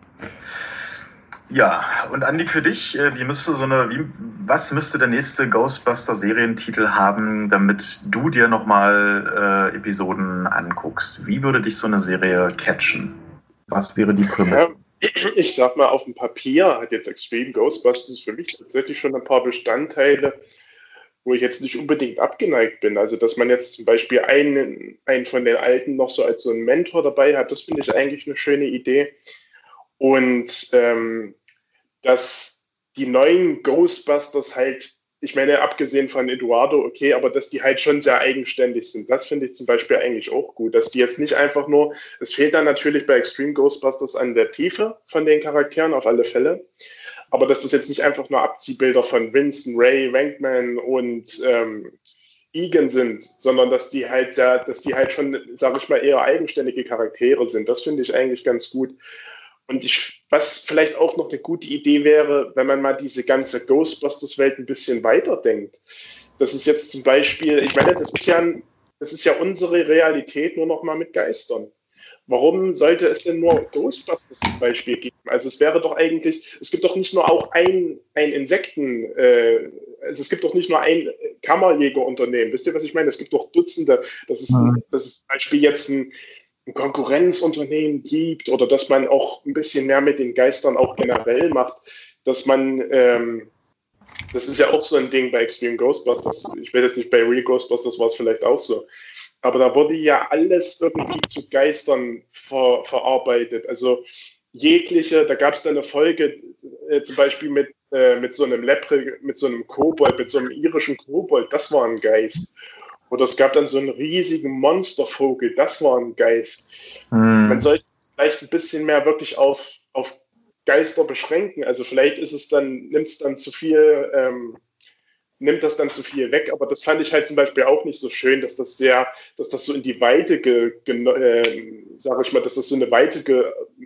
Ja, und Andi, für dich, wie müsste so eine, wie, was müsste der nächste Ghostbuster-Serientitel haben, damit du dir nochmal äh, Episoden anguckst? Wie würde dich so eine Serie catchen? Was wäre die Prämisse? Ja, ich sag mal, auf dem Papier hat jetzt Extreme Ghostbusters für mich tatsächlich schon ein paar Bestandteile, wo ich jetzt nicht unbedingt abgeneigt bin. Also, dass man jetzt zum Beispiel einen, einen von den Alten noch so als so einen Mentor dabei hat, das finde ich eigentlich eine schöne Idee. Und ähm, dass die neuen Ghostbusters halt, ich meine, abgesehen von Eduardo, okay, aber dass die halt schon sehr eigenständig sind, das finde ich zum Beispiel eigentlich auch gut, dass die jetzt nicht einfach nur, es fehlt dann natürlich bei Extreme Ghostbusters an der Tiefe von den Charakteren, auf alle Fälle, aber dass das jetzt nicht einfach nur Abziehbilder von Winston, Ray, Wankman und ähm, Egan sind, sondern dass die halt sehr, dass die halt schon, sage ich mal, eher eigenständige Charaktere sind, das finde ich eigentlich ganz gut. Und ich, was vielleicht auch noch eine gute Idee wäre, wenn man mal diese ganze Ghostbusters-Welt ein bisschen weiterdenkt. Das ist jetzt zum Beispiel, ich meine, das ist ja, das ist ja unsere Realität nur noch mal mit Geistern. Warum sollte es denn nur Ghostbusters zum Beispiel geben? Also es wäre doch eigentlich, es gibt doch nicht nur auch ein, ein Insekten, äh, also es gibt doch nicht nur ein Kammerjägerunternehmen. Wisst ihr, was ich meine? Es gibt doch Dutzende. Das ist, mhm. das ist zum Beispiel jetzt ein ein Konkurrenzunternehmen gibt oder dass man auch ein bisschen mehr mit den Geistern auch generell macht, dass man, ähm, das ist ja auch so ein Ding bei Extreme Ghostbusters, ich weiß jetzt nicht, bei Real Ghostbusters war es vielleicht auch so, aber da wurde ja alles irgendwie zu Geistern ver, verarbeitet, also jegliche, da gab es dann eine Folge, äh, zum Beispiel mit, äh, mit so einem Lepre, mit so einem Kobold, mit so einem irischen Kobold, das war ein Geist. Oder es gab dann so einen riesigen Monstervogel, das war ein Geist. Mm. Man sollte vielleicht ein bisschen mehr wirklich auf, auf Geister beschränken. Also vielleicht ist es dann, nimmt es dann zu viel, ähm, nimmt das dann zu viel weg. Aber das fand ich halt zum Beispiel auch nicht so schön, dass das sehr, dass das so in die Weite, ge, ge, äh, sage ich mal, dass das so eine Weite, ge,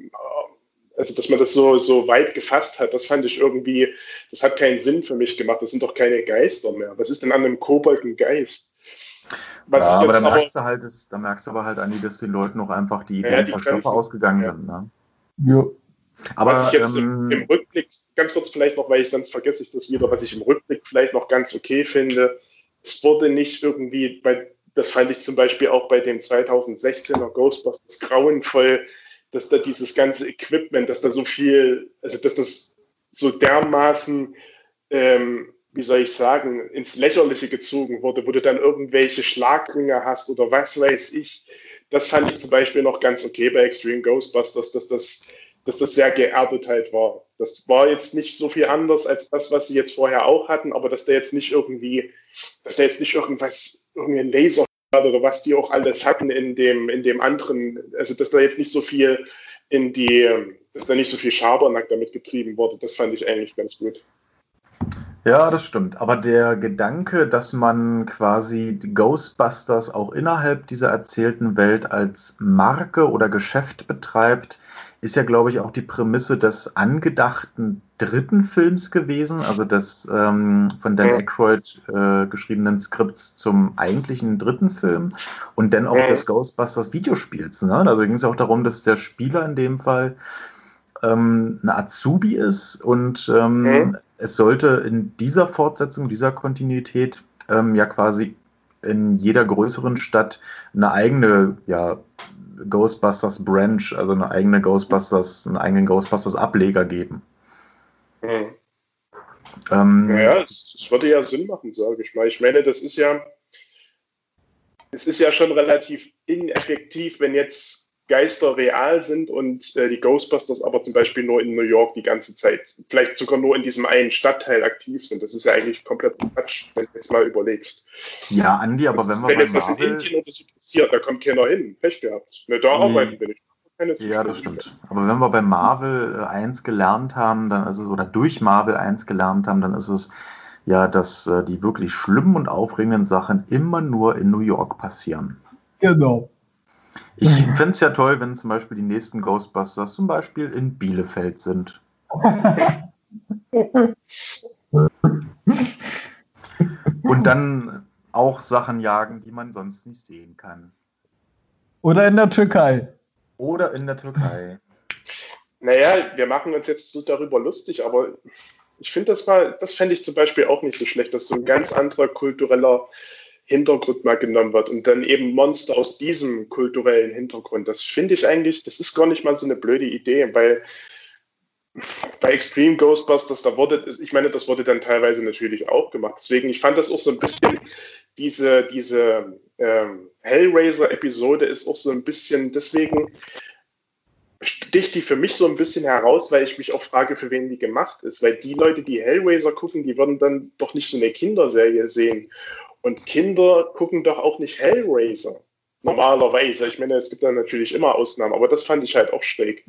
also dass man das so, so weit gefasst hat. Das fand ich irgendwie, das hat keinen Sinn für mich gemacht. Das sind doch keine Geister mehr. Was ist denn an einem Kobold ein Geist? Was ja, aber da merkst, aber, du halt, ist, da merkst du aber halt, Andi, dass den Leuten noch einfach die Ideen ja, die von Stoffe ausgegangen ja. sind. Ne? Ja. Aber was ich jetzt ähm, im Rückblick, ganz kurz vielleicht noch, weil ich sonst vergesse ich das wieder, was ich im Rückblick vielleicht noch ganz okay finde, es wurde nicht irgendwie, bei, das fand ich zum Beispiel auch bei dem zweitausendsechzehner Ghostbusters grauenvoll, dass da dieses ganze Equipment, dass da so viel, also dass das so dermaßen ähm, wie soll ich sagen, ins Lächerliche gezogen wurde, wo du dann irgendwelche Schlagringe hast oder was weiß ich. Das fand ich zum Beispiel noch ganz okay bei Extreme Ghostbusters, dass das, dass das sehr geerdet halt war. Das war jetzt nicht so viel anders als das, was sie jetzt vorher auch hatten, aber dass da jetzt nicht irgendwie, dass da jetzt nicht irgendwas, irgendwie ein Laser oder was die auch alles hatten in dem, in dem anderen, also dass da jetzt nicht so viel in die, dass da nicht so viel Schabernack damit getrieben wurde, das fand ich eigentlich ganz gut. Ja, das stimmt. Aber der Gedanke, dass man quasi die Ghostbusters auch innerhalb dieser erzählten Welt als Marke oder Geschäft betreibt, ist ja, glaube ich, auch die Prämisse des angedachten dritten Films gewesen, also des ähm, von Dan Mhm. Aykroyd äh, geschriebenen Skripts zum eigentlichen dritten Film und dann auch Mhm. des Ghostbusters Videospiels. Ne? Also ging es auch darum, dass der Spieler in dem Fall ähm, eine Azubi ist und ähm, Mhm. es sollte in dieser Fortsetzung, dieser Kontinuität ähm, ja quasi in jeder größeren Stadt eine eigene ja, Ghostbusters Branch, also eine eigene Ghostbusters, einen eigenen Ghostbusters Ableger geben. Mhm. Ähm, Naja, es, es würde ja Sinn machen, sage ich mal. Ich meine, das ist ja, es ist ja schon relativ ineffektiv, wenn jetzt Geister real sind und äh, die Ghostbusters aber zum Beispiel nur in New York die ganze Zeit, vielleicht sogar nur in diesem einen Stadtteil aktiv sind. Das ist ja eigentlich komplett Quatsch, wenn du jetzt mal überlegst. ja, Andi, aber Das wenn ist, wir wenn bei jetzt was in Marvel... Indien oder so passiert, da kommt keiner hin. Pech gehabt. Ne, da arbeiten wir nicht. Keine Ja, das Zuständigkeit. stimmt. Aber wenn wir bei Marvel äh, eins gelernt haben, dann ist es, oder durch Marvel eins gelernt haben, dann ist es ja, dass äh, die wirklich schlimmen und aufregenden Sachen immer nur in New York passieren. Genau. Ich fände es ja toll, wenn zum Beispiel die nächsten Ghostbusters zum Beispiel in Bielefeld sind. Und dann auch Sachen jagen, die man sonst nicht sehen kann. Oder in der Türkei. Oder in der Türkei. Naja, wir machen uns jetzt so darüber lustig, aber ich finde das mal, das fände ich zum Beispiel auch nicht so schlecht, dass so ein ganz anderer kultureller Hintergrund mal genommen wird und dann eben Monster aus diesem kulturellen Hintergrund. Das finde ich eigentlich, das ist gar nicht mal so eine blöde Idee, weil bei Extreme Ghostbusters, da wurde, ich meine, das wurde dann teilweise natürlich auch gemacht. Deswegen, ich fand das auch so ein bisschen, diese, diese ähm, Hellraiser-Episode ist auch so ein bisschen, deswegen sticht die für mich so ein bisschen heraus, weil ich mich auch frage, für wen die gemacht ist. Weil die Leute, die Hellraiser gucken, die würden dann doch nicht so eine Kinderserie sehen. Und Kinder gucken doch auch nicht Hellraiser. Normalerweise. Ich meine, es gibt da natürlich immer Ausnahmen, aber das fand ich halt auch schräg.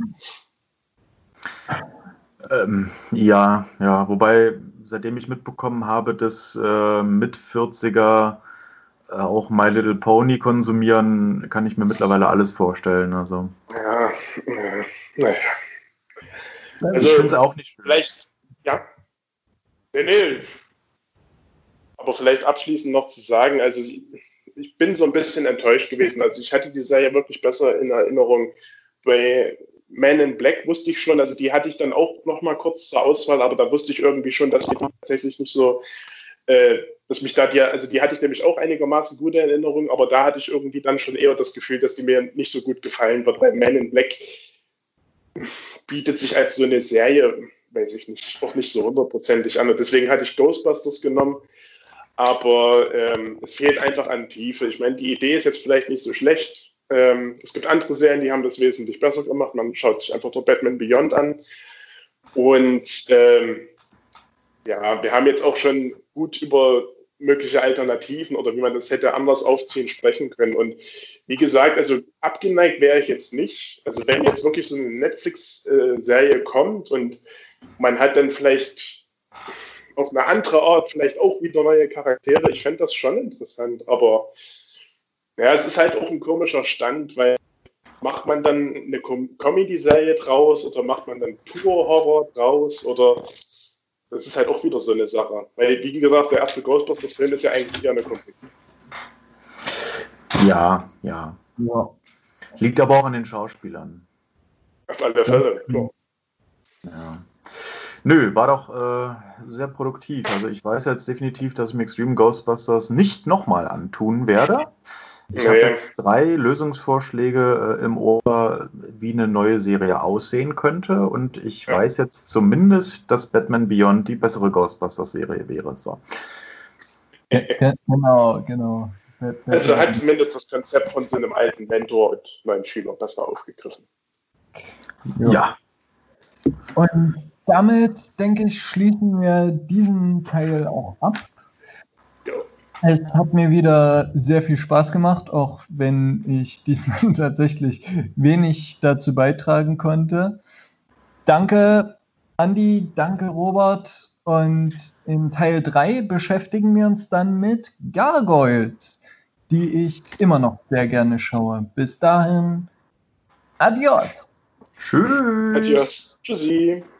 Ähm, ja, ja, wobei, seitdem ich mitbekommen habe, dass äh, mit vierziger äh, auch My Little Pony konsumieren, kann ich mir mittlerweile alles vorstellen. Also, Ja, äh, naja. ich finde es auch nicht schön. Vielleicht, ja. Nee, nee. Aber vielleicht abschließend noch zu sagen, also ich, ich bin so ein bisschen enttäuscht gewesen. Also ich hatte die Serie wirklich besser in Erinnerung. Bei Man in Black wusste ich schon, also die hatte ich dann auch noch mal kurz zur Auswahl, aber da wusste ich irgendwie schon, dass die tatsächlich nicht so, äh, dass mich da die, also die hatte ich nämlich auch einigermaßen gute Erinnerung, aber da hatte ich irgendwie dann schon eher das Gefühl, dass die mir nicht so gut gefallen wird, weil Man in Black bietet sich als so eine Serie, weiß ich nicht, auch nicht so hundertprozentig an und deswegen hatte ich Ghostbusters genommen, aber ähm, es fehlt einfach an Tiefe. Ich meine, die Idee ist jetzt vielleicht nicht so schlecht. Ähm, es gibt andere Serien, die haben das wesentlich besser gemacht. Man schaut sich einfach nur Batman Beyond an. Und ähm, ja, wir haben jetzt auch schon gut über mögliche Alternativen oder wie man das hätte anders aufziehen sprechen können. Und wie gesagt, also abgeneigt wäre ich jetzt nicht. Also wenn jetzt wirklich so eine Netflix-Serie kommt und man hat dann vielleicht auf eine andere Art vielleicht auch wieder neue Charaktere, ich fände das schon interessant, aber ja, es ist halt auch ein komischer Stand, weil macht man dann eine Com- Comedy-Serie draus oder macht man dann pur Horror draus oder das ist halt auch wieder so eine Sache. Weil, wie gesagt, der erste Ghostbusters-Film ist ja eigentlich eher eine Komödie. Ja, ja. Ja. Liegt aber auch an den Schauspielern. Auf alle Fälle, klar. Ja. Nö, war doch äh, sehr produktiv. Also ich weiß jetzt definitiv, dass ich mir Extreme Ghostbusters nicht nochmal antun werde. Ich Nee. habe jetzt drei Lösungsvorschläge äh, im Ohr, wie eine neue Serie aussehen könnte. Und ich Ja. weiß jetzt zumindest, dass Batman Beyond die bessere Ghostbusters-Serie wäre. So. Ge- Genau, genau. Also hat zumindest das Konzept von so einem alten Mentor und neuen Schüler besser aufgegriffen. Ja. Ja. Und damit, denke ich, schließen wir diesen Teil auch ab. Ja. Es hat mir wieder sehr viel Spaß gemacht, auch wenn ich diesmal tatsächlich wenig dazu beitragen konnte. Danke, Andi, danke, Robert. Und in Teil drei beschäftigen wir uns dann mit Gargoyles, die ich immer noch sehr gerne schaue. Bis dahin, adios! Tschüss! Adios. Tschüssi.